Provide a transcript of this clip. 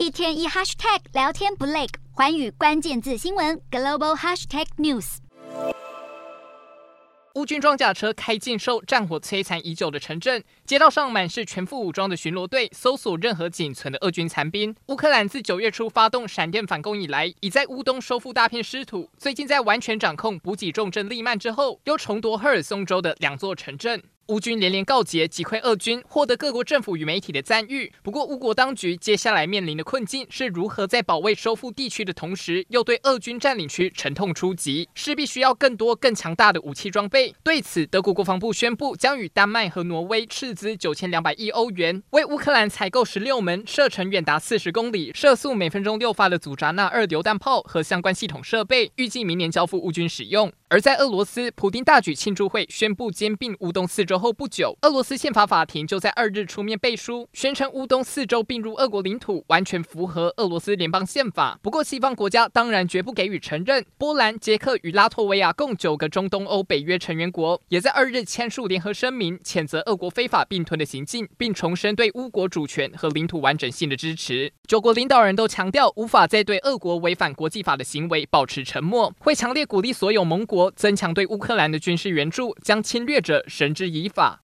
一天一 hashtag 聊天不累，寰宇关键字新闻 global hashtag news。 乌军装甲车开禁售，战火摧残已久的城镇，街道上满是全副武装的巡逻队，搜索任何仅存的俄军残兵。乌克兰自9月初发动闪电反攻以来，已在乌东收复大片失土。最近在完全掌控补给重镇利曼之后，又重夺赫尔松州的2座城镇。乌军连连告捷，击溃俄军，获得各国政府与媒体的赞誉。不过，乌国当局接下来面临的困境是如何在保卫收复地区的同时，又对俄军占领区沉痛出击，势必需要更多更强大的武器装备。对此，德国国防部宣布将与丹麦和挪威斥资9200亿欧元，为乌克兰采购16门射程远达40公里、射速每分钟6发的祖扎纳2榴弹炮和相关系统设备，预计明年交付乌军使用。而在俄罗斯，普丁大举庆祝会宣布兼并乌东4州后不久，俄罗斯宪法法庭就在2日出面背书，宣称乌东4州并入俄国领土，完全符合俄罗斯联邦宪法。不过，西方国家当然绝不给予承认。波兰、捷克与拉脱维亚共9个中东欧北约成员国，也在2日签署联合声明，谴责俄国非法并吞的行径，并重申对乌国主权和领土完整性的支持。9国领导人都强调，无法再对俄国违反国际法的行为保持沉默，会强烈鼓励所有盟国增强对乌克兰的军事援助，将侵略者绳之以法。